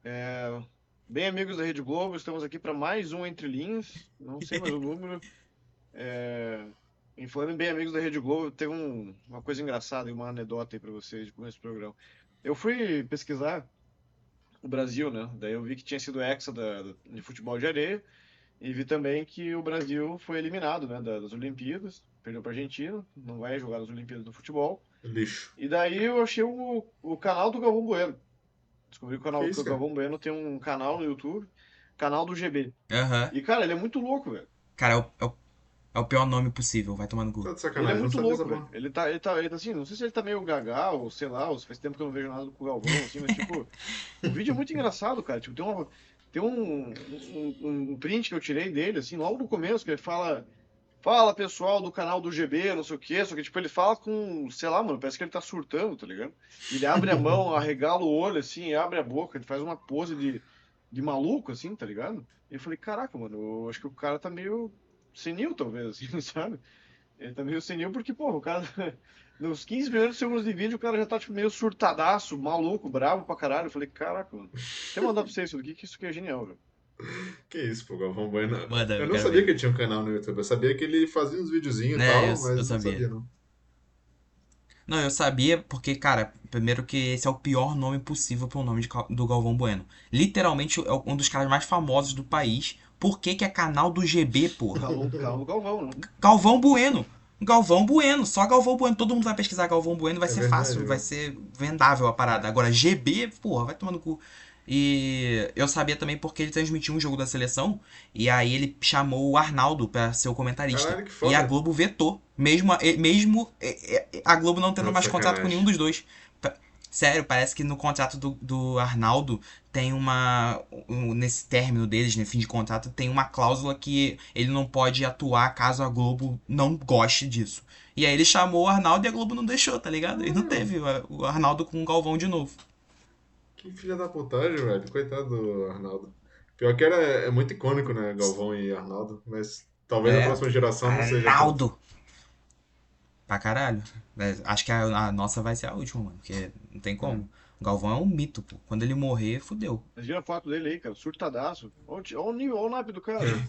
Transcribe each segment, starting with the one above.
Bem, amigos da Rede Globo, estamos aqui para mais um Entre Linhas. Não sei mais o número. É... Em falando em bem, amigos da Rede Globo, teve uma coisa engraçada e uma anedota aí para vocês com esse programa. Eu fui pesquisar o Brasil, né? Daí eu vi que tinha sido hexa de futebol de areia e vi também que o Brasil foi eliminado, né, das Olimpíadas, perdeu para a Argentina, não vai jogar nas Olimpíadas do futebol. Lixo. E daí eu achei o canal do Galvão Bueno. Descobri Que que isso, o cara? Galvão Bueno tem um canal no YouTube, canal do GB. Aham. E, cara, ele é muito louco, velho. Cara, é o pior nome possível, vai tomar no cu. Tá de Ele é sacanagem, não muito sabia essa louco, velho. porra. Ele tá assim, não sei se ele tá meio gaga, ou sei lá, ou se faz tempo que eu não vejo nada com o Galvão, assim, mas, tipo, o vídeo é muito engraçado, cara. Tipo, tem um print que eu tirei dele, assim, logo no começo, que ele fala, pessoal do canal do GB, não sei o quê, só que, tipo, ele fala com, sei lá, mano, parece que ele tá surtando, tá ligado? Ele abre a mão, arregala o olho, assim, abre a boca, ele faz uma pose de maluco, assim, tá ligado? E eu falei, caraca, mano, eu acho que o cara tá meio senil, talvez, assim, sabe? Ele tá meio senil porque, pô, o cara, nos 15 primeiros segundos de vídeo, o cara já tá, tipo, meio surtadaço, maluco, bravo pra caralho. Eu falei, caraca, mano, até mandar pra vocês isso daqui, que isso aqui é genial, velho. Que isso, pô, Galvão Bueno. Manda, Eu eu não quero sabia ver. que ele tinha um canal no YouTube. Eu sabia que ele fazia uns videozinhos e É, eu, tal, eu mas não sabia. sabia, não. Não, eu sabia porque, cara, primeiro que esse é o pior nome possível para o nome do Galvão Bueno. Literalmente é um dos caras mais famosos do país. Por que que é canal do GB, porra? Calma, Galvão, né? Galvão Bueno. Galvão Bueno, só Galvão Bueno. Todo mundo vai pesquisar Galvão Bueno, vai É ser verdade, fácil, vai velho. ser vendável a parada. Agora, GB, porra, vai tomando cu. E eu sabia também porque ele transmitiu um jogo da seleção e aí ele chamou o Arnaldo pra ser o comentarista. Caralho, que E a foda. Globo vetou, mesmo a Globo não Tá tendo de mais contrato com nenhum sacanagem. dos dois. Sério, parece que no contrato do Arnaldo tem nesse término deles, no fim de contrato, tem uma cláusula que ele não pode atuar caso a Globo não goste disso. E aí ele chamou o Arnaldo e a Globo não deixou, tá ligado? E não Caralho, teve o Arnaldo com o Galvão de novo. que filha da putagem, velho. Coitado do Arnaldo. Pior que é muito icônico, né? Galvão e Arnaldo. Mas talvez a É, próxima geração não seja tanto. Arnaldo! Pra caralho. Acho que a nossa vai ser a última, mano. Porque não tem É. como. O Galvão é um mito, pô. Quando ele morrer, fudeu. Mas vira a foto dele aí, cara, surtadaço. Olha o nível, olha o naipe do cara, velho.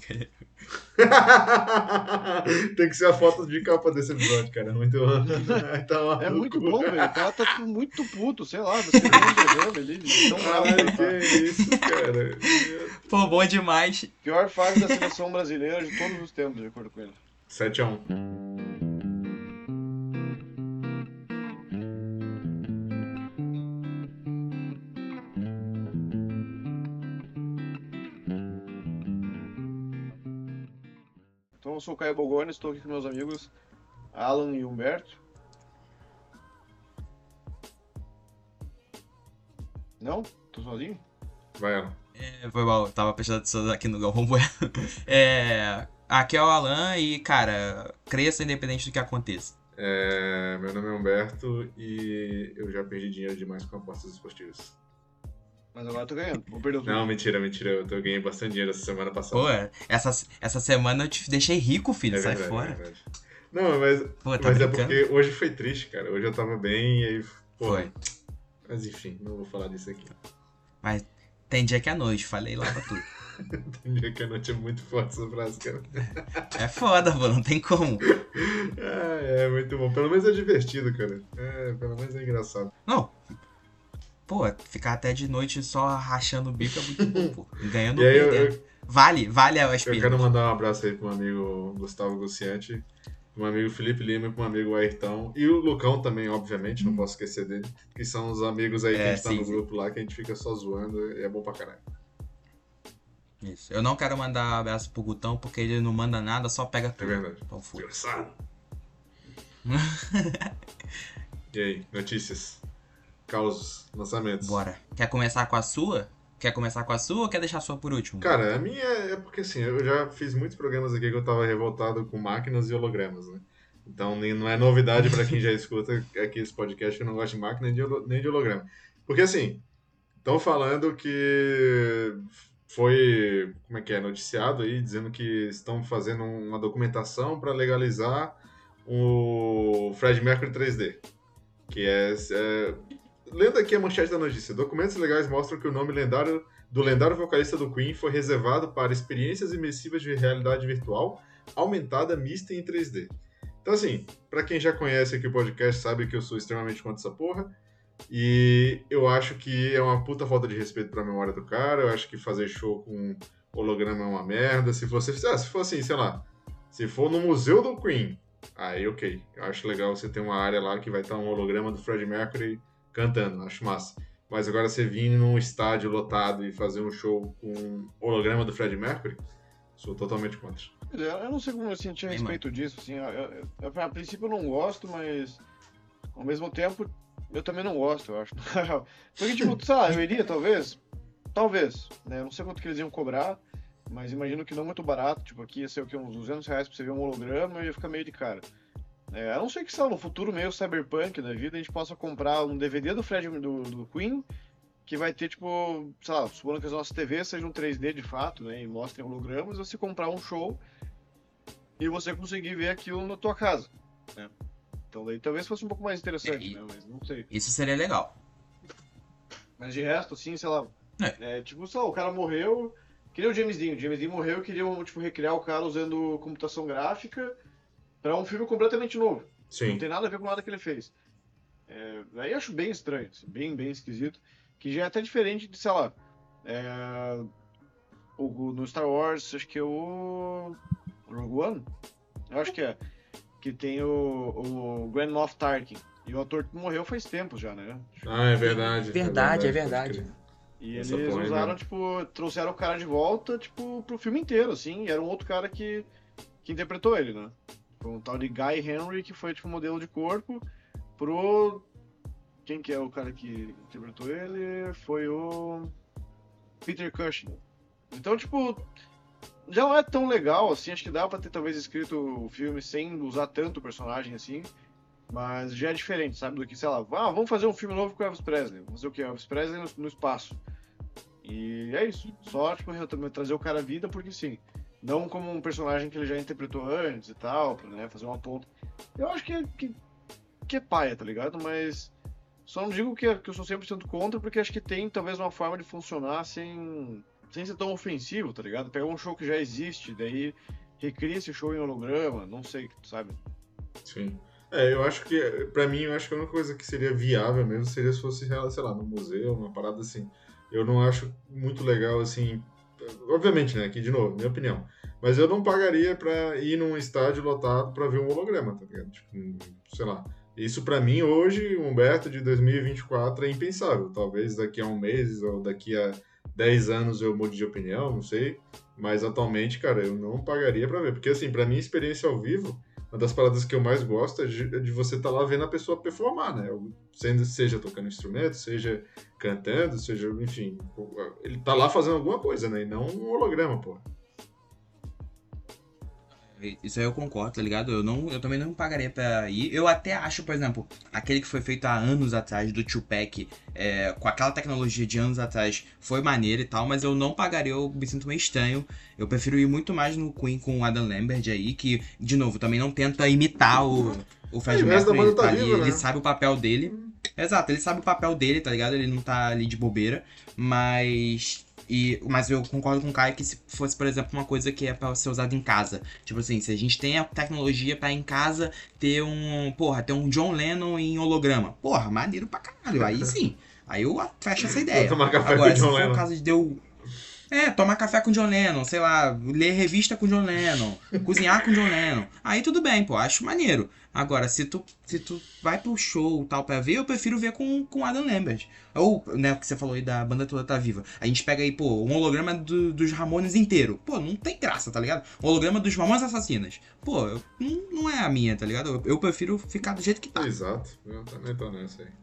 Tem que ser a foto de capa desse episódio, cara. Muito. Tá É maluco. muito bom, velho. O cara tá, tipo, muito puto, sei lá, parece que ele ganhou um derrame ali, de tão bravo que ele Caralho, que tá. isso, cara. Pô, bom demais. Pior fase da seleção brasileira de todos os tempos, de acordo com ele. 7-1. Então eu sou o Caio Bogoni, estou aqui com meus amigos Alan e Humberto. Não? Tô sozinho? Vai, Alan. Foi mal, tava prestando atenção aqui no Galvão Bueno. Aqui é o Alan e, cara, cresça independente do que aconteça. Meu nome é Humberto e eu já perdi dinheiro demais com apostas esportivas. Mas agora eu tô ganhando. Vou perder Não, tudo. mentira, mentira. Eu ganhei bastante dinheiro essa semana Pô, passada. essa semana eu te deixei rico, filho, É sai verdade, é fora. verdade. Não, mas, Pô, tá mas é brincando? porque hoje foi triste, cara. Hoje eu tava bem e aí, porra. Foi. Mas enfim, não vou falar disso aqui. Mas tem dia que é noite, falei lá pra tu. Tem dia que a noite é muito forte essa frase, cara. É foda, pô, não tem como. É muito bom. Pelo menos é divertido, cara. Pelo menos é engraçado. Não, pô, ficar até de noite só rachando o bico é muito bom, pô. Ganhando E ou aí perdendo. Vale a eu quero experiência. mandar um abraço aí pro meu amigo Gustavo Guciante, pro meu amigo Felipe Lima e pro meu amigo Ayrton. E o Lucão também, obviamente, não posso esquecer dele. Que são os amigos aí que a É, gente tá sim, no sim. grupo lá, que a gente fica só zoando e é bom pra caralho. Isso. Eu não quero mandar abraço pro Gutão porque ele não manda nada, só pega É tudo. verdade. Então fui. Desgraçado. E aí, notícias, causos, lançamentos. Bora. Quer começar com a sua? Quer começar com a sua ou quer deixar a sua por último? Cara, a minha é porque assim, eu já fiz muitos programas aqui que eu tava revoltado com máquinas e hologramas, né? Então não é novidade pra quem já escuta aqui esse podcast que eu não gosto de máquina nem de holograma. Porque assim, estão falando que foi, como é que é, noticiado aí, dizendo que estão fazendo uma documentação para legalizar o Fred Mercury 3D. Que lendo aqui a manchete da notícia, documentos legais mostram que o nome do lendário vocalista do Queen foi reservado para experiências imersivas de realidade virtual aumentada, mista e em 3D. Então, assim, pra quem já conhece aqui o podcast, sabe que eu sou extremamente contra essa porra. E eu acho que é uma puta falta de respeito pra memória do cara. Eu acho que fazer show com holograma é uma merda. Se for assim, sei lá, se for no museu do Queen, aí ok. Eu acho legal você ter uma área lá que vai estar um holograma do Freddie Mercury cantando. Acho massa. Mas agora você vir num estádio lotado e fazer um show com holograma do Freddie Mercury, sou totalmente contra. Eu não sei como eu senti a respeito disso, assim, a princípio eu não gosto, mas ao mesmo tempo eu também não gosto, eu acho. Porque, tipo, sei lá, eu iria, talvez, né, eu não sei quanto que eles iam cobrar, mas imagino que não muito barato, tipo, aqui ia ser o quê, uns R$200 pra você ver um holograma e ia ficar meio de cara. A não ser que, sei lá, no futuro meio cyberpunk da vida, a gente possa comprar um DVD do Fred do Queen, que vai ter, tipo, sei lá, supondo que as nossas TVs sejam 3D de fato, né, e mostrem hologramas, você comprar um show e você conseguir ver aquilo na tua casa, né? Então daí talvez fosse um pouco mais interessante, né? Mas não sei. Isso seria legal. Mas de resto, assim, sei lá, tipo, sei lá, o cara morreu, queria o James Dean morreu e queriam, tipo, recriar o cara usando computação gráfica pra um filme completamente novo. Sim. Não tem nada a ver com nada que ele fez. Aí eu acho bem estranho, assim, bem esquisito, que já é até diferente de, sei lá, no Star Wars, acho que é o Rogue One? Eu acho que é. Que tem o Grand Moff Tarkin. E o ator morreu faz tempo já, né? Ah, é verdade. É verdade. E eles usaram, tipo, trouxeram o cara de volta, tipo, pro filme inteiro, assim. E era um outro cara que interpretou ele, né? Foi um tal de Guy Henry, que foi, tipo, modelo de corpo pro... Quem que é o cara que interpretou ele? Foi o Peter Cushing. Então, tipo, já não é tão legal, assim, acho que dá pra ter talvez escrito o filme sem usar tanto o personagem, assim, mas já é diferente, sabe, do que, sei lá, vamos fazer um filme novo com o Elvis Presley, vamos fazer o quê? Elvis Presley no espaço. E é isso, só, tipo, trazer o cara à vida porque sim, não como um personagem que ele já interpretou antes e tal, pra, né, fazer uma ponta. Eu acho que é paia, tá ligado? Mas só não digo que eu sou 100% contra, porque acho que tem talvez uma forma de funcionar sem ser tão ofensivo, tá ligado? Pegar um show que já existe, daí recria esse show em holograma, não sei, sabe? Sim. Eu acho que, pra mim, eu acho que a única coisa que seria viável mesmo seria se fosse, sei lá, no museu, uma parada assim. Eu não acho muito legal, assim, obviamente, né, aqui de novo, minha opinião, mas eu não pagaria pra ir num estádio lotado pra ver um holograma, tá ligado? Tipo, sei lá. Isso pra mim, hoje, Humberto, de 2024, é impensável. Talvez daqui a um mês ou daqui a 10 anos eu mude de opinião, não sei. Mas atualmente, cara, eu não pagaria pra ver. Porque, assim, pra mim, experiência ao vivo, uma das paradas que eu mais gosto é de você estar lá vendo a pessoa performar, né? Seja tocando instrumento, seja cantando, seja, enfim. Ele tá lá fazendo alguma coisa, né? E não um holograma, pô. Isso aí eu concordo, tá ligado? Eu também não pagaria pra ir. Eu até acho, por exemplo, aquele que foi feito há anos atrás, do Tupac, com aquela tecnologia de anos atrás, foi maneiro e tal, mas eu não pagaria, eu me sinto meio estranho. Eu prefiro ir muito mais no Queen com o Adam Lambert aí, que, de novo, também não tenta imitar o Freddie Mercury, tá ali, viva, né? Ele sabe o papel dele. Exato, ele sabe o papel dele, tá ligado? Ele não tá ali de bobeira, mas eu concordo com o Caio que se fosse, por exemplo, uma coisa que é pra ser usada em casa. Tipo assim, se a gente tem a tecnologia pra em casa ter um John Lennon em holograma. Porra, maneiro pra caralho. Aí sim. Aí eu fecho essa ideia. Tomar café Agora, com se John for Lennon. um caso de tomar café com John Lennon, sei lá, ler revista com John Lennon, cozinhar com John Lennon. Aí tudo bem, pô, acho maneiro. Agora, se tu vai pro show e tal pra ver, eu prefiro ver com Adam Lambert. Ou, né, o que você falou aí da banda toda tá viva. A gente pega aí, pô, um holograma dos Ramones inteiro. Pô, não tem graça, tá ligado? Um holograma dos Mamonas Assassinas. Pô, não é a minha, tá ligado? Eu prefiro ficar do jeito que tá. Exato. Eu também tô nessa aí.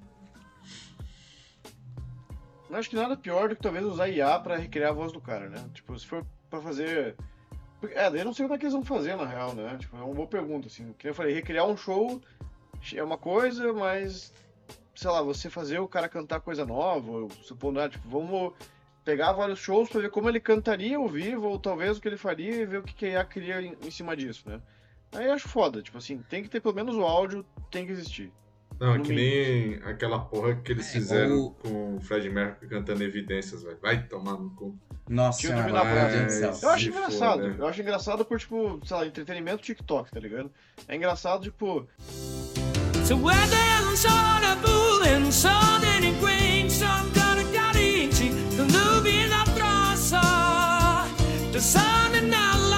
Eu acho que nada pior do que talvez usar IA pra recriar a voz do cara, né? Tipo, se for pra fazer... daí eu não sei como é que eles vão fazer, na real, né? Tipo, é uma boa pergunta, assim. Que eu falei, recriar um show é uma coisa, mas... Sei lá, você fazer o cara cantar coisa nova, supondo, né? Tipo, vamos pegar vários shows pra ver como ele cantaria ao vivo, ou talvez o que ele faria e ver o que a IA cria em cima disso, né? Aí eu acho foda, tipo assim, tem que ter pelo menos o áudio, tem que existir. Não, é No que nem aquela porra que eles fizeram com o Fred Mercury cantando Evidências, velho. Vai tomar no cu. Nossa Tinha senhora, terminar meu pra- Deus do céu. Eu acho Se engraçado. foda. Eu acho engraçado por, tipo, sei lá, entretenimento TikTok, tá ligado? É engraçado, tipo, So weather on a bull and sun and grain, some gonna get it, the lube na praça, the sun and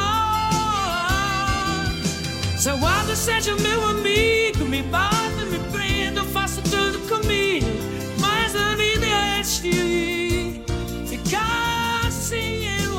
outlaw. So while the seja meu amigo, me bate, me prende, eu faço tudo comigo, mas a vida é este, ficar sem eu.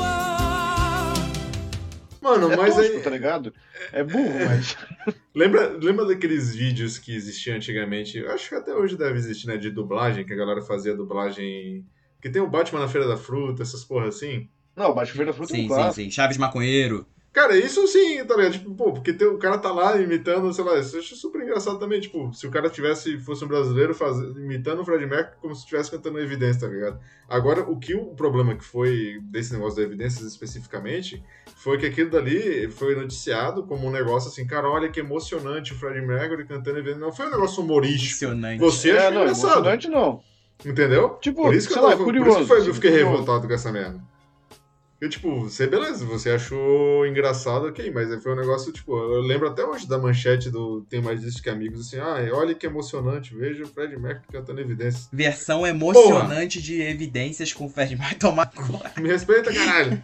Mano, é mas tosco, aí. tá ligado? É burro, mas... Lembra daqueles vídeos que existiam antigamente? Eu acho que até hoje deve existir, né? De dublagem, que a galera fazia dublagem. Que tem o Batman na Feira da Fruta, essas porra assim. Não, o Bate-Feira da Fruta é um Sim, clássico. sim. Chaves Maconheiro. Cara, isso sim, tá ligado? Tipo, pô, porque o cara tá lá imitando, sei lá, isso eu acho super engraçado também. Tipo, se o cara fosse um brasileiro imitando o Fred Mercury como se estivesse cantando Evidências, tá ligado? Agora, o problema que foi desse negócio da Evidências especificamente foi que aquilo dali foi noticiado como um negócio assim, cara, olha que emocionante o Fred Mercury cantando Evidências. Não foi um negócio humorístico. Impressionante. Você achou não, engraçado. emocionante não. Entendeu? Tipo, por isso que sei lá, por curioso, isso que eu assim, fiquei curioso. revoltado com essa merda. Porque, tipo, beleza, você achou engraçado, ok, mas aí foi um negócio, tipo, eu lembro até hoje da manchete do Tem Mais Disso Que Amigos, assim, olha que emocionante, veja o Fred Mercury cantando Evidências. Versão emocionante de Evidências com o Fred vai tomar conta. Me respeita, caralho!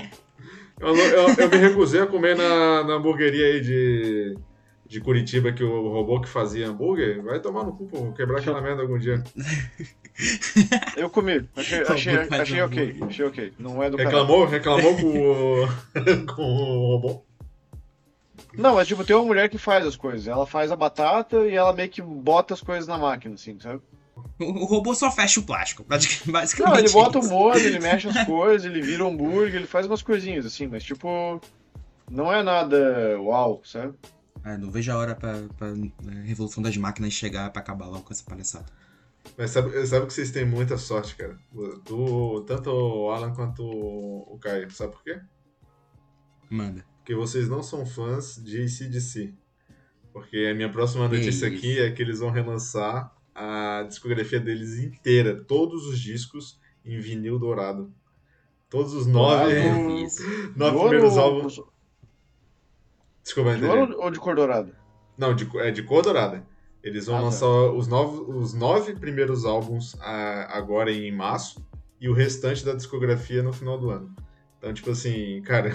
Eu me recusei a comer na hamburgueria aí de Curitiba, que o robô que fazia hambúrguer, vai tomar no cu, pô, vou quebrar aquela merda algum dia. Eu comi. Achei ok. Achei ok. Não é do caralho. Reclamou com o robô? Não, mas tipo, tem uma mulher que faz as coisas. Ela faz a batata e ela meio que bota as coisas na máquina, assim, sabe? O robô só fecha o plástico, basicamente. Não, ele bota o isso. molho, ele mexe as coisas, ele vira um hambúrguer, ele faz umas coisinhas, assim, mas tipo, não é nada uau, sabe? Não vejo a hora pra Revolução das Máquinas chegar pra acabar logo com essa palhaçada. Mas sabe que vocês têm muita sorte, cara. Tanto o Alan quanto o Caio. Sabe por quê? Manda. Porque vocês não são fãs de AC/DC. Porque a minha próxima notícia Isso. aqui é que eles vão relançar a discografia deles inteira. Todos os discos em vinil dourado. Todos os nove Isso. primeiros álbuns. Desculpa, De entendi. ouro ou de cor dourada? Não, é de cor dourada. Eles vão Ah, tá. lançar os 9 primeiros álbuns agora em março e o restante da discografia no final do ano. Então, tipo assim, cara,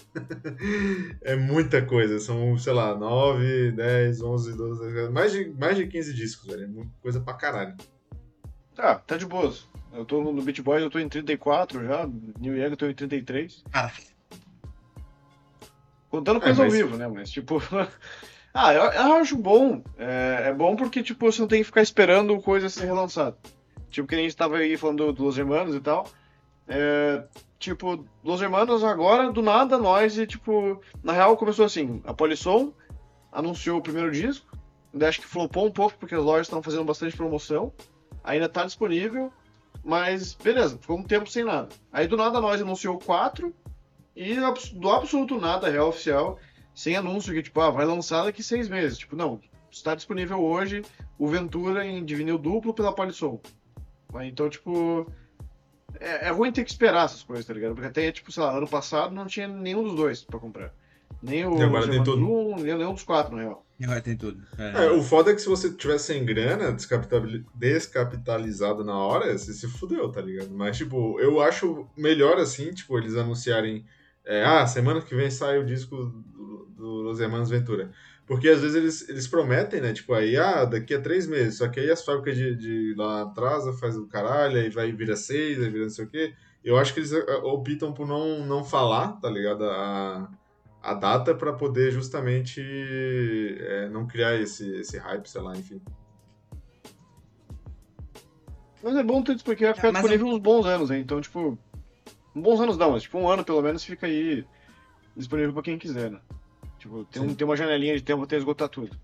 é muita coisa. São, sei lá, 9, 10, 11, 12, mais de 15 discos, velho. É muita coisa pra caralho. Tá de boas. Eu tô no Beat Boys, eu tô em 34 já. New York eu tô em 33. Caraca. Contando coisa ao mas- vivo, né? Mas tipo. Eu acho bom. É bom porque, tipo, você não tem que ficar esperando coisa ser relançada. Tipo, que nem a gente tava aí falando do Los Hermanos e tal. Tipo, Los Hermanos agora, do nada, nós, e tipo, na real começou assim, a Polisson anunciou o primeiro disco, ainda acho que flopou um pouco porque as lojas estavam fazendo bastante promoção, ainda tá disponível, mas beleza, ficou um tempo sem nada. Aí do nada nós anunciou 4 e do absoluto nada, real oficial, sem anúncio que tipo, vai lançar daqui 6 meses. Tipo, não, está disponível hoje o Ventura de vinil duplo pela Polisson. Então, tipo, é ruim ter que esperar essas coisas, tá ligado? Porque até, tipo, sei lá, ano passado não tinha nenhum dos dois pra comprar. Nem o E agora tem tudo. nem nenhum dos 4, na real. Agora tem tudo. O foda é que se você tivesse sem grana, descapitalizado na hora, você se fudeu, tá ligado? Mas, tipo, eu acho melhor assim, tipo, eles anunciarem semana que vem sai o disco do Los Hermanos Ventura. Porque às vezes eles prometem, né? Tipo, aí, daqui a 3 meses. Só que aí as fábricas de lá atrasa, faz o caralho, aí vai vira 6, aí vira não sei o quê. Eu acho que eles optam por não falar, tá ligado? A data pra poder justamente não criar esse hype, sei lá, enfim. Mas é bom ter isso porque vai ficar Mas disponível uns bons anos, hein? Então, tipo, bons anos não, mas tipo, um ano pelo menos fica aí disponível pra quem quiser, né? Tipo, tem uma janelinha de tempo até esgotar tudo.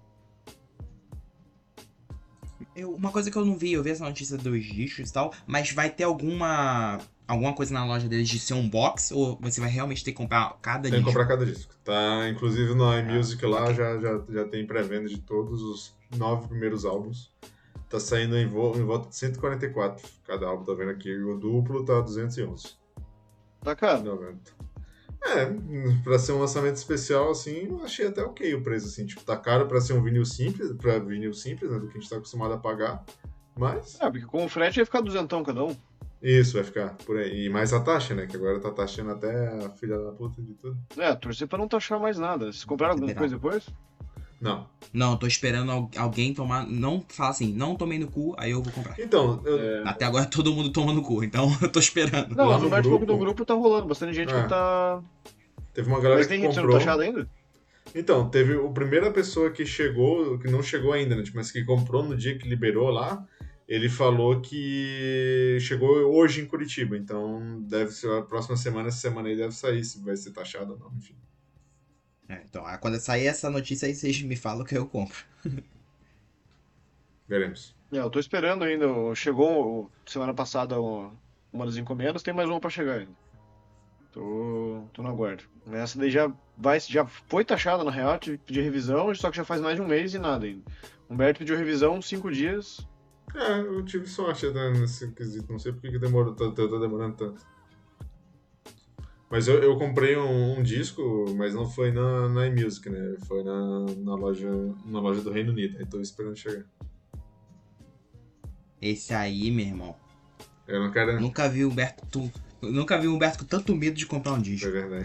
Uma coisa que eu não vi, eu vi essa notícia dos discos e tal, mas vai ter alguma coisa na loja deles de ser um box, ou você vai realmente ter que comprar cada Tem que disco? comprar cada disco. Tá, inclusive no iMusic lá já tem pré-venda de todos os 9 primeiros álbuns. Tá saindo em volta de 144 cada álbum, tá vendo aqui. E o duplo tá 211. Tá caro. 90. Pra ser um lançamento especial, assim, eu achei até ok o preço, assim. Tipo, tá caro pra ser um vinil simples, né, do que a gente tá acostumado a pagar. Mas... porque com o frete ia ficar 200 cada um. Isso, vai ficar por aí. E mais a taxa, né? Que agora tá taxando até a filha da puta de tudo. Torcer pra não taxar mais nada. Vocês compraram alguma coisa depois? Não. Não, tô esperando alguém tomar. Não fala assim, não tomei no cu, aí eu vou comprar. Então, Até agora todo mundo toma no cu, então eu tô esperando. Não, Lá no no bate-papo grupo- do grupo tá rolando. Bastante gente que tá... teve uma galera Mas tem que gente sendo comprou. taxada ainda? Então, teve a primeira pessoa que chegou, que não chegou ainda, né? Mas que comprou no dia que liberou lá. Ele falou que chegou hoje em Curitiba, então deve ser a próxima semana, essa semana aí deve sair, se vai ser taxado ou não, enfim. Então, quando sair essa notícia aí, vocês me falam que eu compro. Veremos. Eu tô esperando ainda. Chegou semana passada uma das encomendas, tem mais uma pra chegar ainda. Tô no aguardo. Essa daí já foi taxada, na real, tive que pedir revisão, só que já faz mais de um mês e nada ainda. Humberto pediu revisão 5 dias. Eu tive sorte até nesse quesito, não sei porque que demorou tanto, tá demorando tanto. Mas eu comprei um disco, mas não foi na iMusic, né? Foi na loja do Reino Unido, aí tô esperando chegar. Esse aí, meu irmão. Eu não quero... Nunca vi o Humberto com tanto medo de comprar um disco. É verdade.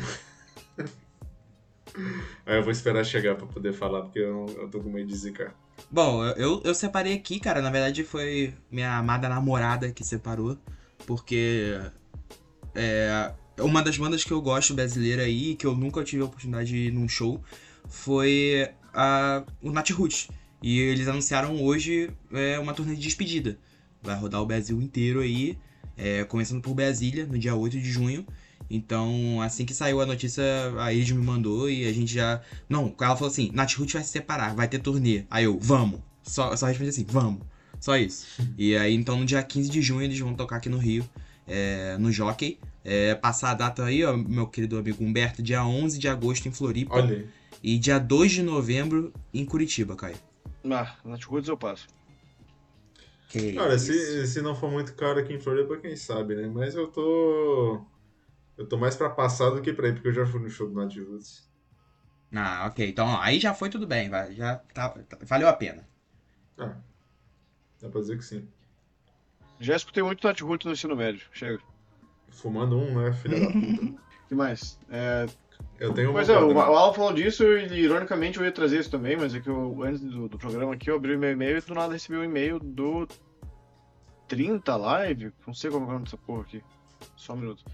Aí eu vou esperar chegar pra poder falar, porque eu tô com medo de zicar. Bom, eu separei aqui, cara. Na verdade foi minha amada namorada que separou. Porque uma das bandas que eu gosto brasileira aí, que eu nunca tive a oportunidade de ir num show, foi o Natiruts. E eles anunciaram hoje uma turnê de despedida. Vai rodar o Brasil inteiro aí, começando por Brasília, no dia 8 de junho. Então, assim que saiu a notícia, a Iris me mandou e a gente já... Não, ela falou assim, Natiruts vai se separar, vai ter turnê. Aí eu, vamos. Só respondi assim, vamos. Só isso. E aí, então, no dia 15 de junho, eles vão tocar aqui no Rio, no Jockey. Passar a data aí, ó, meu querido amigo Humberto, dia 11 de agosto em Floripa. Olha aí. E dia 2 de novembro em Curitiba, Caio. Natiruts eu passo. Cara, se não for muito caro aqui em Floripa, quem sabe, né? Mas eu tô mais pra passar do que pra ir, porque eu já fui no show do Natiruts. Ok. Então, ó, aí já foi tudo bem, já valeu a pena. Dá pra dizer que sim. Já escutei muito Natiruts no ensino médio. Chega. Fumando né, filha da puta. O que mais? Eu tenho uma... Pois o Alan falou disso e, ironicamente, eu ia trazer isso também, mas é que antes do programa aqui, eu abri o meu e-mail e do nada recebi um e-mail do 30 Live. Não sei como é o nome dessa porra aqui. Só um minuto.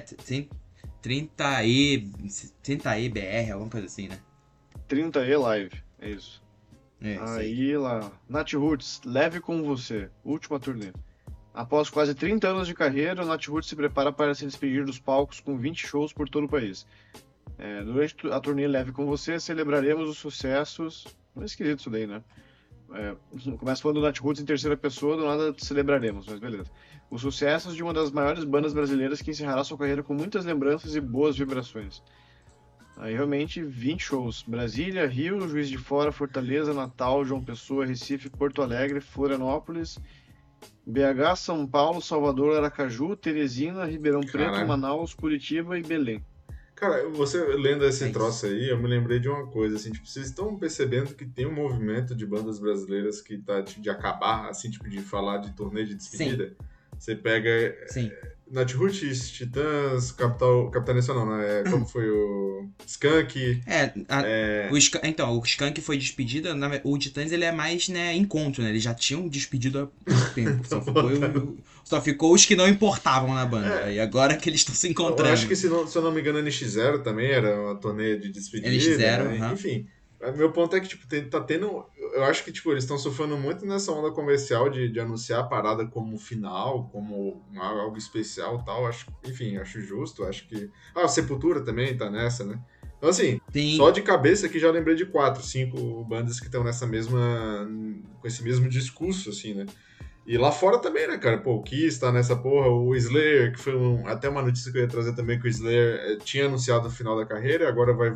30EBR, alguma coisa assim, né? 30E Live, é isso. Aí Aí lá, Natiruts, leve com você, última turnê. Após quase 30 anos de carreira, o Natiruts se prepara para se despedir dos palcos com 20 shows por todo o país. Durante a turnê Leve com Você, celebraremos os sucessos... Não é esquisito isso daí, né? Começa falando do Natiruts em terceira pessoa, do nada celebraremos, mas beleza. Os sucessos de uma das maiores bandas brasileiras que encerrará sua carreira com muitas lembranças e boas vibrações. Aí realmente 20 shows. Brasília, Rio, Juiz de Fora, Fortaleza, Natal, João Pessoa, Recife, Porto Alegre, Florianópolis, BH, São Paulo, Salvador, Aracaju, Teresina, Ribeirão Preto, Manaus, Curitiba e Belém. Cara, você lendo esse troço aí, eu me lembrei de uma coisa, assim, tipo, vocês estão percebendo que tem um movimento de bandas brasileiras que tá de acabar, assim, tipo, de falar de turnê de despedida? Sim. Você pega... Sim. Natiruts, Titãs, Capitães não, né? Como foi o Skank? O Skank foi despedido, o Titãs ele é mais, né, encontro, né? Eles já tinham despedido há muito tempo. Só ficou os que não importavam na banda. E agora que eles estão se encontrando. Eu acho que, se eu não me engano, NX0 também era uma turnê de despedida. NX0, né? Enfim. Meu ponto é que, tipo, tá tendo... Eu acho que, tipo, eles estão sofrendo muito nessa onda comercial de anunciar a parada como final, como algo especial e tal. Acho justo, acho que... a Sepultura também tá nessa, né? Então, assim, só de cabeça aqui já lembrei de 4, 5 bandas que estão nessa mesma... com esse mesmo discurso, assim, né? E lá fora também, né, cara? Pô, o Kiss tá nessa porra, o Slayer, que foi até uma notícia que eu ia trazer também, que o Slayer tinha anunciado o final da carreira, agora vai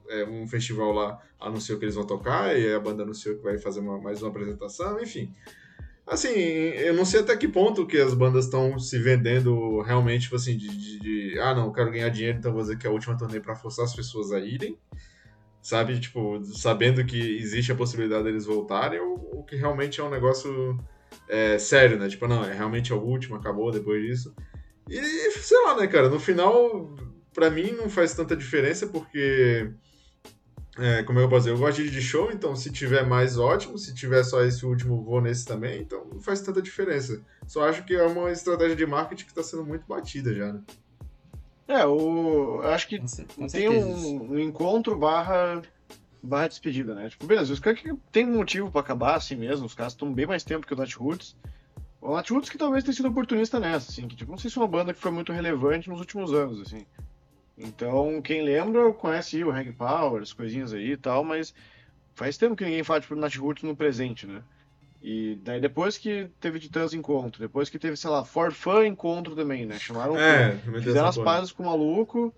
um festival lá anunciou que eles vão tocar, e a banda anunciou que vai fazer mais uma apresentação, enfim. Assim, eu não sei até que ponto que as bandas estão se vendendo realmente, tipo assim, não, eu quero ganhar dinheiro, então vou dizer que é a última turnê pra forçar as pessoas a irem, sabe? Tipo, sabendo que existe a possibilidade deles voltarem, ou que realmente é um negócio sério, né? Tipo, não, realmente é o último, acabou depois disso. E, sei lá, né, cara, no final, pra mim não faz tanta diferença, porque... como é que eu posso dizer? Eu gosto de show, então se tiver mais, ótimo. Se tiver só esse último, vou nesse também. Então não faz tanta diferença. Só acho que é uma estratégia de marketing que está sendo muito batida já, né? Eu acho que Com tem um encontro barra despedida, né? Tipo, beleza, os caras que tem um motivo pra acabar assim mesmo, os caras estão bem mais tempo que o Natiruts. O Natiruts que talvez tenha sido oportunista nessa, assim, que tipo, não sei se é uma banda que foi muito relevante nos últimos anos, assim. Então, quem lembra, conhece o Reg Power, as coisinhas aí e tal, mas faz tempo que ninguém fala, tipo, Natiruts no presente, né? E daí depois que teve Titãs Encontro, depois que teve, sei lá, For Fun Encontro também, né? Chamaram, fizeram as pazes com o maluco,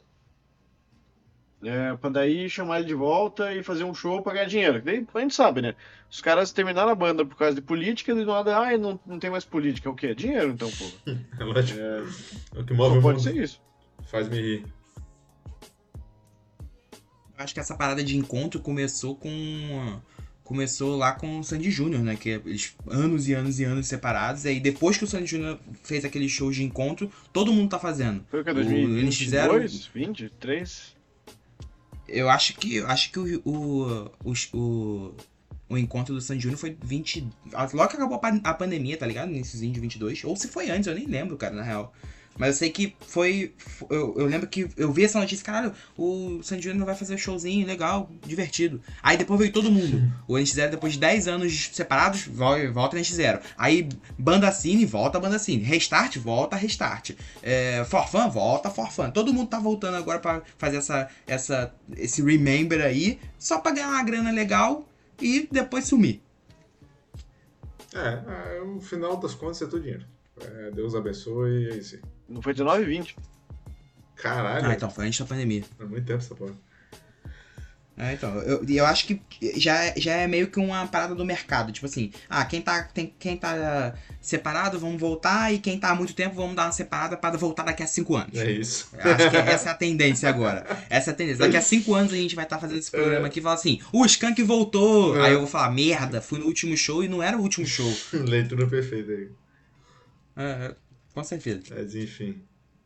pra daí chamar ele de volta e fazer um show pra ganhar dinheiro. Daí a gente sabe, né? Os caras terminaram a banda por causa de política, e do nada, não tem mais política. É o quê? Dinheiro, então, pô. É lógico. O que move o pode mundo. ser isso. Faz-me rir. Acho que essa parada de encontro começou lá com o Sandy Júnior, né? Que eles anos e anos e anos separados. E aí depois que o Sandy Júnior fez aquele show de encontro, todo mundo tá fazendo. Foi o que, Eles fizeram 2022? 23? Eu acho que o encontro do Sandy Júnior foi 20... Logo que acabou a pandemia, tá ligado? Iniciozinho de 22. Ou se foi antes, eu nem lembro, cara, na real. Mas eu sei que foi... Eu lembro que eu vi essa notícia, caralho, o Sandy Júnior vai fazer showzinho legal, divertido. Aí depois veio todo mundo. O NX0, depois de 10 anos separados, volta o NX0. Aí Banda Cine, volta Banda Cine. Restart, volta Restart. For Fun, volta For Fun. Todo mundo tá voltando agora pra fazer esse remember aí, só pra ganhar uma grana legal e depois sumir. No final das contas é tudo dinheiro. Deus abençoe e é isso aí. Não foi 19 e 20. Caralho. Então foi antes da pandemia. Há muito tempo essa porra. Então, eu acho que já é meio que uma parada do mercado. Tipo assim, quem tá separado, vamos voltar. E quem tá há muito tempo, vamos dar uma separada para voltar daqui a 5 anos. É isso. Acho que essa é a tendência agora. Essa é a tendência. Daqui a 5 anos a gente vai estar fazendo esse programa aqui e falar assim, o Skank voltou. Aí eu vou falar, merda, fui no último show e não era o último show. Leitura perfeita aí. Com certeza. Mas enfim.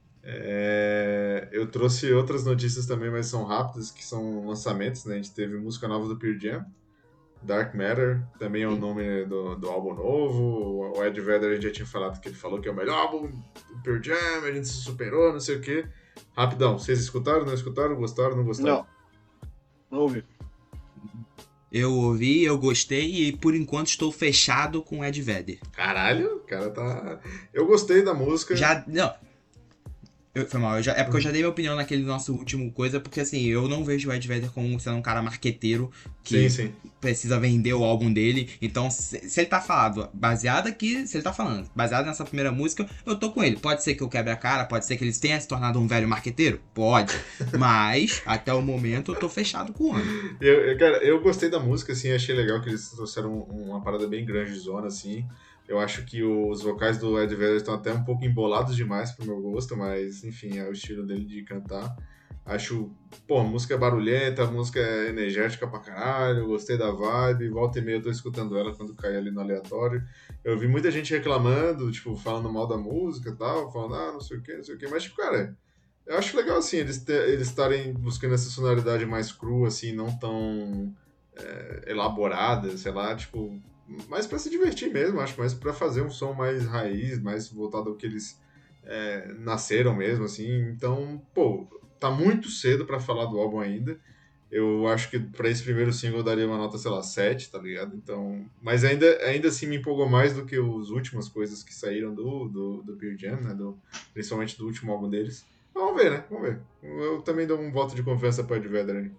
Eu trouxe outras notícias também, mas são rápidas, que são lançamentos, né? A gente teve música nova do Pearl Jam, Dark Matter, também é o nome do álbum novo. O Ed Vedder, a gente já tinha falado que ele falou que é o melhor álbum do Pearl Jam, a gente se superou, não sei o quê. Rapidão, vocês escutaram, não escutaram, gostaram, não gostaram? Não ouvi. Eu ouvi, eu gostei e por enquanto estou fechado com o Ed Vedder. Caralho, o cara tá... Eu gostei da música. Foi mal, é porque eu já dei minha opinião naquele nosso último coisa, porque assim, eu não vejo o Ed Vedder como sendo um cara marqueteiro que precisa vender o álbum dele. Então, se ele tá falando, baseado nessa primeira música, eu tô com ele. Pode ser que eu quebre a cara, pode ser que ele tenha se tornado um velho marqueteiro? Pode. Mas, até o momento, eu tô fechado com o homem. Cara, eu gostei da música, assim, achei legal que eles trouxeram uma parada bem grandezona, assim. Eu acho que os vocais do Ed Vedder estão até um pouco embolados demais pro meu gosto, mas, enfim, é o estilo dele de cantar. Acho, a música é barulhenta, a música é energética pra caralho, gostei da vibe, volta e meia eu tô escutando ela quando cai ali no aleatório. Eu vi muita gente reclamando, tipo, falando mal da música e tal, falando, não sei o que, mas, tipo, cara, eu acho legal, assim, eles estarem buscando essa sonoridade mais crua, assim, não tão elaborada, sei lá, tipo... mais pra se divertir mesmo, acho, mais pra fazer um som mais raiz, mais voltado ao que eles nasceram mesmo, assim. Então, tá muito cedo pra falar do álbum ainda. Eu acho que pra esse primeiro single eu daria uma nota, sei lá, 7, tá ligado? Então, mas ainda assim me empolgou mais do que as últimas coisas que saíram do Pearl Jam, né? Principalmente do último álbum deles. Vamos ver, né? Vamos ver. Eu também dou um voto de confiança pro Ed Vedder aí.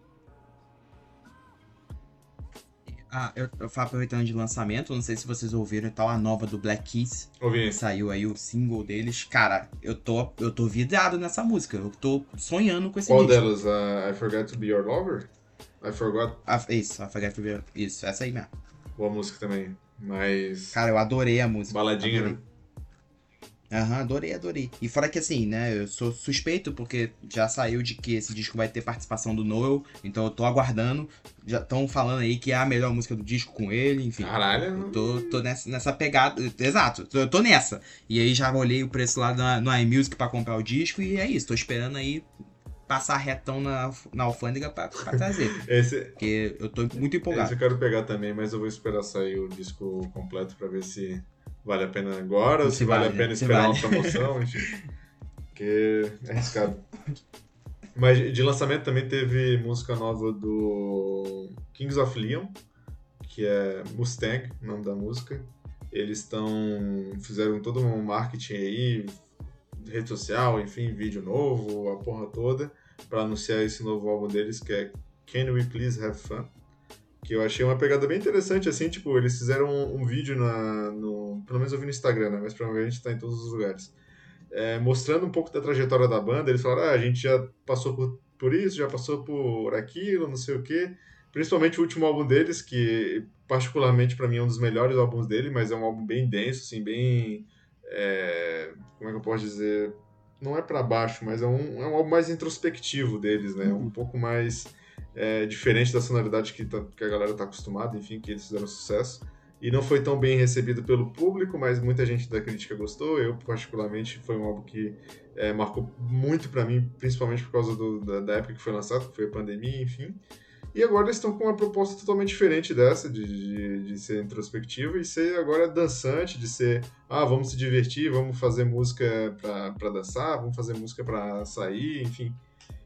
Eu falo aproveitando de lançamento, não sei se vocês ouviram e tal, a nova do Black Keys. Ouvi. Saiu aí o single deles. Cara, eu tô vidrado nessa música. Eu tô sonhando com esse Qual disco. delas? I Forgot to Be Your Lover? I Forgot. Isso, I Forgot to Be... Isso, essa aí mesmo. Boa música também. Mas. Cara, eu adorei a música. Baladinha, adorei. né? Aham, adorei. E fora que assim, né, eu sou suspeito porque já saiu de que esse disco vai ter participação do Noel, então eu tô aguardando. Já estão falando aí que é a melhor música do disco com ele, enfim. Caralho. Eu tô nessa pegada, exato, eu tô nessa. E aí já olhei o preço lá no iMusic pra comprar o disco e é isso, tô esperando aí passar retão na alfândega pra trazer. Porque eu tô muito empolgado. Esse eu quero pegar também, mas eu vou esperar sair o disco completo pra ver se vale a pena agora ou se vale a pena esperar uma promoção, enfim. Porque é arriscado. Mas de lançamento também teve música nova do Kings of Leon, que é Mustang, o nome da música. Eles fizeram todo um marketing aí, rede social, enfim, vídeo novo, a porra toda, pra anunciar esse novo álbum deles, que é Can We Please Have Fun? Que eu achei uma pegada bem interessante, assim, tipo, eles fizeram um vídeo pelo menos eu vi no Instagram, né, mas provavelmente tá em todos os lugares, mostrando um pouco da trajetória da banda. Eles falaram, a gente já passou por isso, já passou por aquilo, não sei o quê, principalmente o último álbum deles, que particularmente pra mim é um dos melhores álbuns dele, mas é um álbum bem denso, assim, bem, como é que eu posso dizer, não é pra baixo, mas é um álbum mais introspectivo deles, né, um pouco mais diferente da sonoridade que a galera tá acostumada, enfim, que eles fizeram sucesso. E não foi tão bem recebido pelo público, mas muita gente da crítica gostou. Eu, particularmente, foi um álbum que marcou muito pra mim, principalmente por causa da época que foi lançado, que foi a pandemia, enfim. E agora eles estão com uma proposta totalmente diferente dessa, de ser introspectiva e ser agora dançante, de ser, vamos se divertir, vamos fazer música pra dançar, vamos fazer música pra sair, enfim.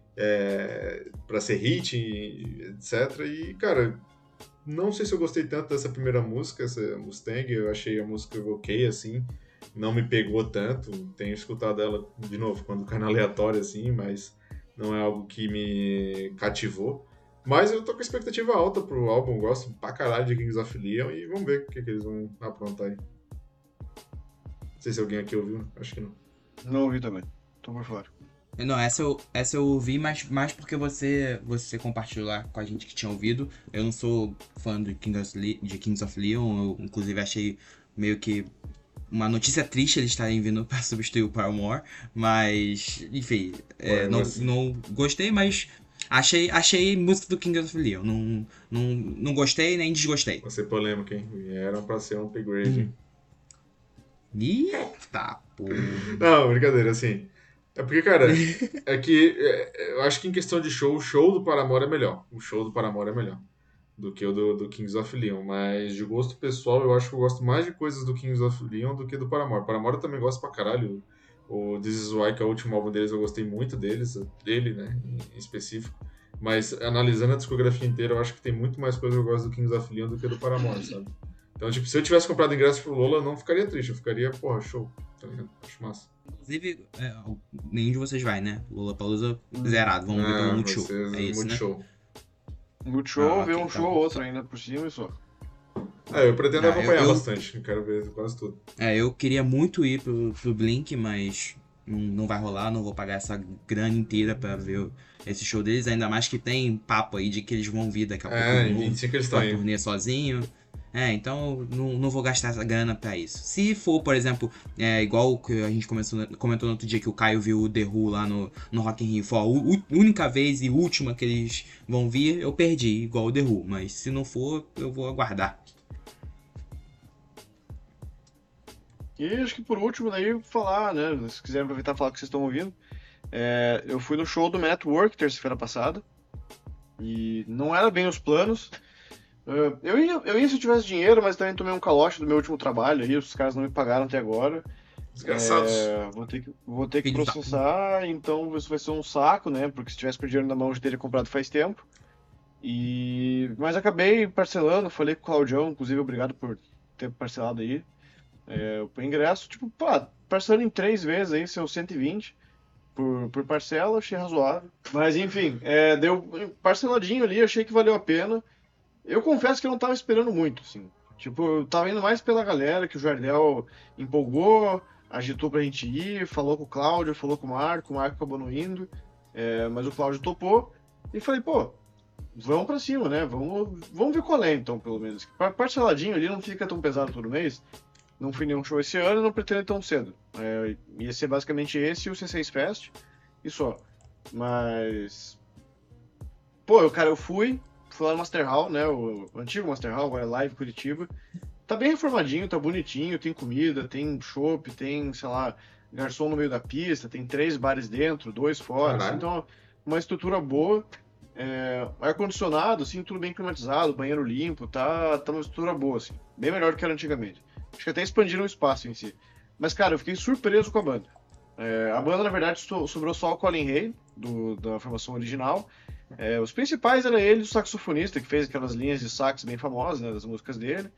Pra ser hit, etc. E, cara, não sei se eu gostei tanto dessa primeira música, essa Mustang. Eu achei a música ok, assim, não me pegou tanto. Tenho escutado ela de novo quando cai na aleatória, assim, mas não é algo que me cativou. Mas eu tô com expectativa alta pro álbum, gosto pra caralho de Kings of Leon e vamos ver o que eles vão aprontar aí. Não sei se alguém aqui ouviu, acho que não. Não ouvi também, tô por fora. Não, essa eu ouvi, mas mais porque você compartilhou lá com a gente que tinha ouvido. Eu não sou fã de Kings of Leon, eu inclusive achei meio que uma notícia triste eles estarem vindo para substituir o Paramore, mas, enfim, não gostei, mas achei música do Kings of Leon, não gostei nem desgostei. Vai ser polêmico, hein? Vieram pra ser um upgrade, hein? Eita, porra. Não, brincadeira, assim... É porque, cara, é que eu acho que em questão de show, o show do Paramore é melhor. O show do Paramore é melhor do que o do Kings of Leon. Mas de gosto pessoal, eu acho que eu gosto mais de coisas do Kings of Leon do que do Paramore. Paramore eu também gosto pra caralho. O This Is Why, que é o último álbum deles, eu gostei muito dele, né, em específico. Mas analisando a discografia inteira, eu acho que tem muito mais coisa que eu gosto do Kings of Leon do que do Paramore, sabe? Então, tipo, se eu tivesse comprado ingresso pro Lola, eu não ficaria triste. Eu ficaria, porra, show. Tá ligado? Acho massa. Inclusive, nenhum de vocês vai, né? Lollapalooza zerado. Vamos ver pelo Multishow. É isso, Multishow. né? Multishow, ver um show ou outro ainda por cima e só. Eu pretendo acompanhar bastante. Eu quero ver quase tudo. Eu queria muito ir pro Blink, mas não vai rolar. Não vou pagar essa grana inteira pra ver esse show deles. Ainda mais que tem papo aí de que eles vão vir daqui a pouco. Em 25 eles estão aí. Turnê sozinho. Então não vou gastar essa grana pra isso. Se for, por exemplo, igual que a gente comentou no outro dia que o Caio viu o The Who lá no Rock in Rio, foi a única vez e última que eles vão vir, eu perdi, igual o The Who. Mas se não for, eu vou aguardar. E acho que por último, daí falar, né? Se quiserem aproveitar e falar o que vocês estão ouvindo. Eu fui no show do Network terça-feira passada. E não era bem os planos. Eu ia se eu tivesse dinheiro, mas também tomei um calote do meu último trabalho aí, os caras não me pagaram até agora. Desgraçados. Vou ter que processar, então isso vai ser um saco, né? Porque se tivesse com o dinheiro na mão, eu já teria comprado faz tempo. Mas acabei parcelando, falei com o Claudião, inclusive obrigado por ter parcelado aí o ingresso. Tipo, parcelando em 3 vezes aí, seu 120 por parcela, achei razoável. Mas enfim, deu parceladinho ali, achei que valeu a pena. Eu confesso que eu não tava esperando muito, assim. Tipo, eu tava indo mais pela galera, que o Jardel empolgou, agitou pra gente ir, falou com o Cláudio, falou com o Marco acabou não indo, mas o Cláudio topou. E falei, vão pra cima, né? Vamos ver qual é, então, pelo menos. Parceladinho ali não fica tão pesado todo mês. Não fui nenhum show esse ano e não pretendo ir tão cedo. Ia ser basicamente esse e o C6 Fest e só. Mas... Pô, eu fui lá no Master Hall, né? O antigo Master Hall, agora é Live Curitiba. Tá bem reformadinho, tá bonitinho, tem comida, tem chopp, tem, sei lá, garçom no meio da pista, tem 3 bares dentro, 2 fora, assim, então uma estrutura boa, ar-condicionado, assim, tudo bem climatizado, banheiro limpo, tá uma estrutura boa, assim, bem melhor do que era antigamente. Acho que até expandiram o espaço em si. Mas, cara, eu fiquei surpreso com a banda. A banda, na verdade, sobrou só o Colin Hay, da formação original. Os principais era ele, o saxofonista, que fez aquelas linhas de sax bem famosas, né, das músicas dele.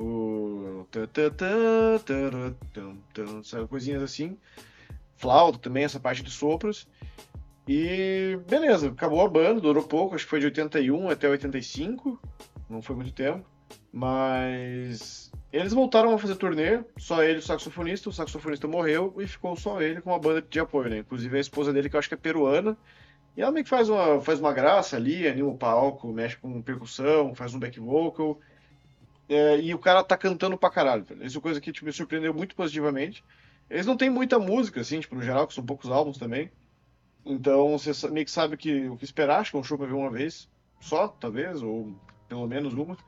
Sabe, coisinhas assim. Flauta também, essa parte de sopros. E beleza, acabou a banda, durou pouco, acho que foi de 81 até 85, não foi muito tempo. Mas eles voltaram a fazer turnê, só ele e o saxofonista morreu e ficou só ele com uma banda de apoio, né? Inclusive a esposa dele, que eu acho que é peruana, e ela meio que faz uma graça ali, anima o palco, mexe com percussão, faz um back vocal. E o cara tá cantando pra caralho, velho. Isso é coisa que tipo, me surpreendeu muito positivamente. Eles não têm muita música, assim, tipo, no geral, que são poucos álbuns também. Então você meio que sabe o que esperar, acho que é um show pra ver uma vez só, talvez, ou pelo menos uma.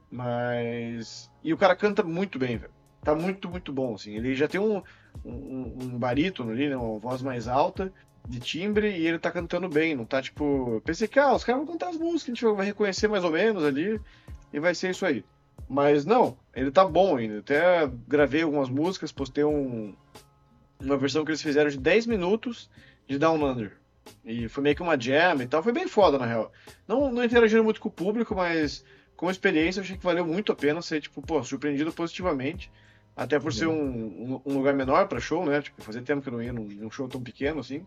Mas. E o cara canta muito bem, velho. Tá muito, muito bom, assim. Ele já tem um barítono ali, né? Uma voz mais alta, de timbre, e ele tá cantando bem, não tá tipo. Eu pensei que, os caras vão cantar as músicas, a gente vai reconhecer mais ou menos ali, e vai ser isso aí. Mas não, ele tá bom ainda. Até gravei algumas músicas, postei uma versão que eles fizeram de 10 minutos de Down Under. E foi meio que uma jam e tal. Foi bem foda, na real. Não interagiram muito com o público, mas como experiência eu achei que valeu muito a pena ser, tipo, pô, surpreendido positivamente. Até por ser um lugar menor pra show, né? Tipo, fazia tempo que eu não ia num show tão pequeno, assim.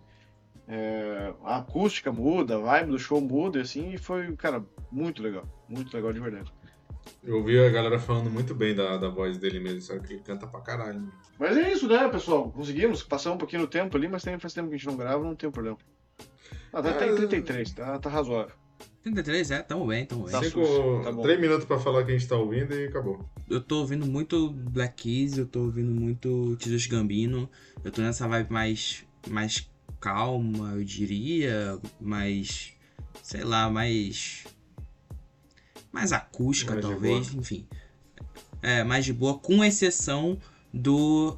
A acústica muda, a vibe do show muda, assim, e foi, cara, muito legal de verdade. Eu ouvi a galera falando muito bem da voz dele mesmo, sabe que ele canta pra caralho. Mas é isso, né, pessoal? Conseguimos passar um pouquinho no tempo ali, mas faz tempo que a gente não grava, não tem problema. Tá em 33, tá razoável. 33, tamo bem. Tá bom. 3 minutos pra falar que a gente tá ouvindo e acabou. Eu tô ouvindo muito Black Keys, eu tô ouvindo muito Childish Gambino, eu tô nessa vibe mais calma, eu diria, mais, sei lá, mais acústica, Mais de talvez, boa. enfim. Mais de boa, com exceção do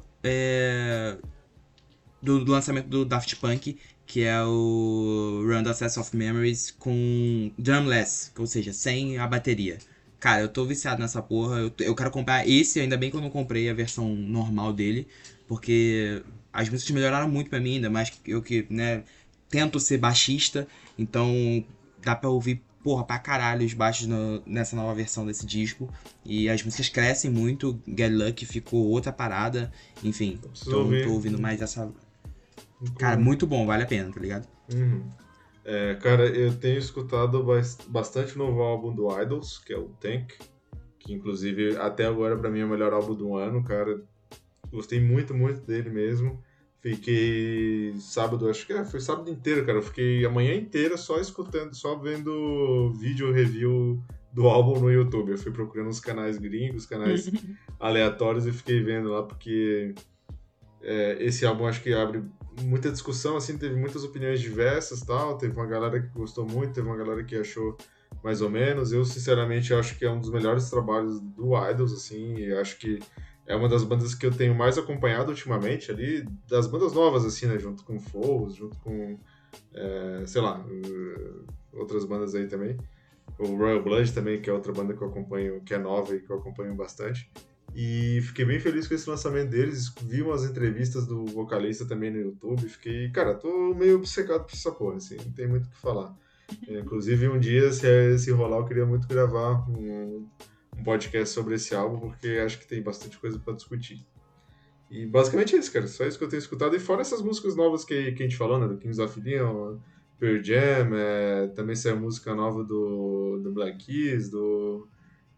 lançamento do Daft Punk, que é o Run the Access of Memories com drumless, ou seja, sem a bateria. Cara, eu tô viciado nessa porra, eu quero comprar esse, ainda bem que eu não comprei a versão normal dele, porque as músicas melhoraram muito pra mim, ainda mais eu que, né, tento ser baixista, então dá pra ouvir, porra, pra caralho os baixos nessa nova versão desse disco, e as músicas crescem muito, Get Lucky ficou outra parada, enfim, tô ouvindo mais dessa... Cara, muito bom, vale a pena, tá ligado? Uhum. Cara, eu tenho escutado bastante o novo álbum do Idols, que é o Tank, que inclusive até agora pra mim é o melhor álbum do ano, cara. Gostei muito, muito dele mesmo. Fiquei sábado, acho que foi sábado inteiro, cara. Eu fiquei a manhã inteira só escutando, só vendo vídeo review do álbum no YouTube. Eu fui procurando uns canais gringos, canais aleatórios e fiquei vendo lá, porque esse álbum acho que abre muita discussão, assim, teve muitas opiniões diversas e tal. Teve uma galera que gostou muito, teve uma galera que achou mais ou menos. Eu, sinceramente, acho que é um dos melhores trabalhos do Idols, assim, e acho que é uma das bandas que eu tenho mais acompanhado ultimamente ali, das bandas novas, assim, né, junto com Foes, junto com, sei lá, outras bandas aí também. O Royal Blood também, que é outra banda que eu acompanho, que é nova e que eu acompanho bastante. E fiquei bem feliz com esse lançamento deles, vi umas entrevistas do vocalista também no YouTube, fiquei, cara, tô meio obcecado por essa porra, assim, não tem muito o que falar. Inclusive, um dia, se rolar, eu queria muito gravar um podcast sobre esse álbum, porque acho que tem bastante coisa pra discutir. E basicamente é isso, cara, só isso que eu tenho escutado, e fora essas músicas novas que a gente falou, né, do Kings of Leon, Pearl Jam, também saiu música nova do Black Keys, do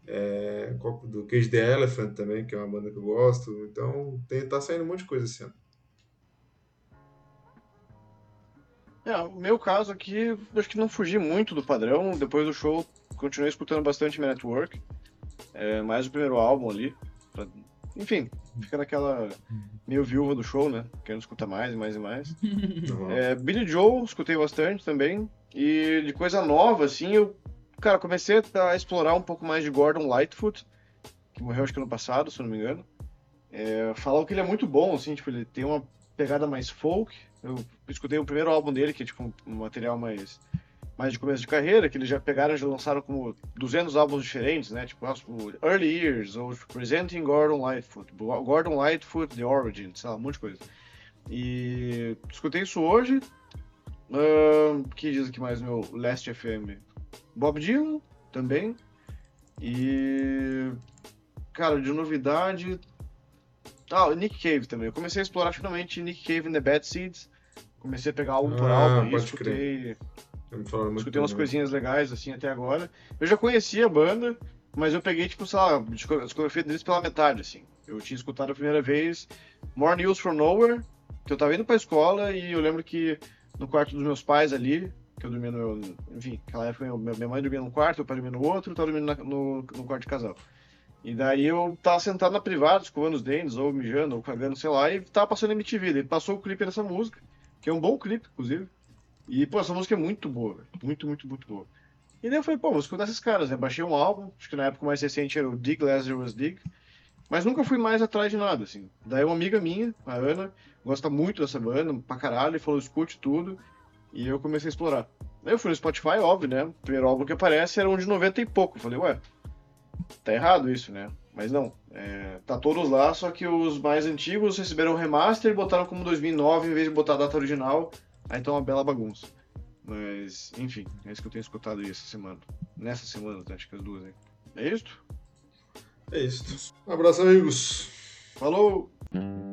Cage the Elephant também, que é uma banda que eu gosto. Então tá saindo um monte de coisa esse ano. O meu caso aqui, acho que não fugi muito do padrão. Depois do show, continuei escutando bastante Man at Work. Mais o primeiro álbum ali. Enfim, fica naquela meio viúva do show, né? Querendo escutar mais e mais e mais. Billy Joel, escutei bastante também. E de coisa nova, assim, eu, cara, comecei a explorar um pouco mais de Gordon Lightfoot, que morreu acho que ano passado, se eu não me engano. Falam que ele é muito bom, assim, tipo, ele tem uma pegada mais folk. Eu escutei o primeiro álbum dele, que é tipo um material mais de começo de carreira, que eles já pegaram e já lançaram como 200 álbuns diferentes, né? Tipo, o Early Years, ou Presenting Gordon Lightfoot, Gordon Lightfoot, The Origin, sei lá, um monte de coisa. E escutei isso hoje. Que diz aqui mais meu Last FM? Bob Dylan, também. E... cara, de novidade... Nick Cave também. Eu comecei a explorar finalmente Nick Cave and the Bad Seeds. Comecei a pegar álbum por álbum aí, escutei umas coisinhas legais assim até agora. Eu já conhecia a banda, mas eu peguei, tipo, sei lá, a discografia deles pela metade, assim. Eu tinha escutado a primeira vez More News From Nowhere, que eu tava indo pra escola e eu lembro que no quarto dos meus pais ali, que eu dormia no... enfim, naquela época minha mãe dormia num quarto, meu pai dormia no outro, eu tava dormindo no quarto de casal. E daí eu tava sentado na privada, escovando os dentes, ou mijando, ou cagando, sei lá, e tava passando MTV. Ele passou o clipe dessa música, que é um bom clipe, inclusive. E, pô, essa música é muito boa, velho. Muito, muito, muito boa. E daí eu falei, pô, vou escutar esses caras, né? Baixei um álbum, acho que na época mais recente era o Dig Lazarus Dig, mas nunca fui mais atrás de nada, assim. Daí uma amiga minha, a Ana, gosta muito dessa banda, pra caralho, e falou, escute tudo, e eu comecei a explorar. Daí eu fui no Spotify, óbvio, né? O primeiro álbum que aparece era um de 90 e pouco. Eu falei, ué, tá errado isso, né? Mas não, tá todos lá, só que os mais antigos receberam um remaster e botaram como 2009 em vez de botar a data original. Aí tá uma bela bagunça. Mas, enfim, é isso que eu tenho escutado aí essa semana. Nessa semana, acho que as duas aí. É isto? É isso. Um abraço, amigos. Falou!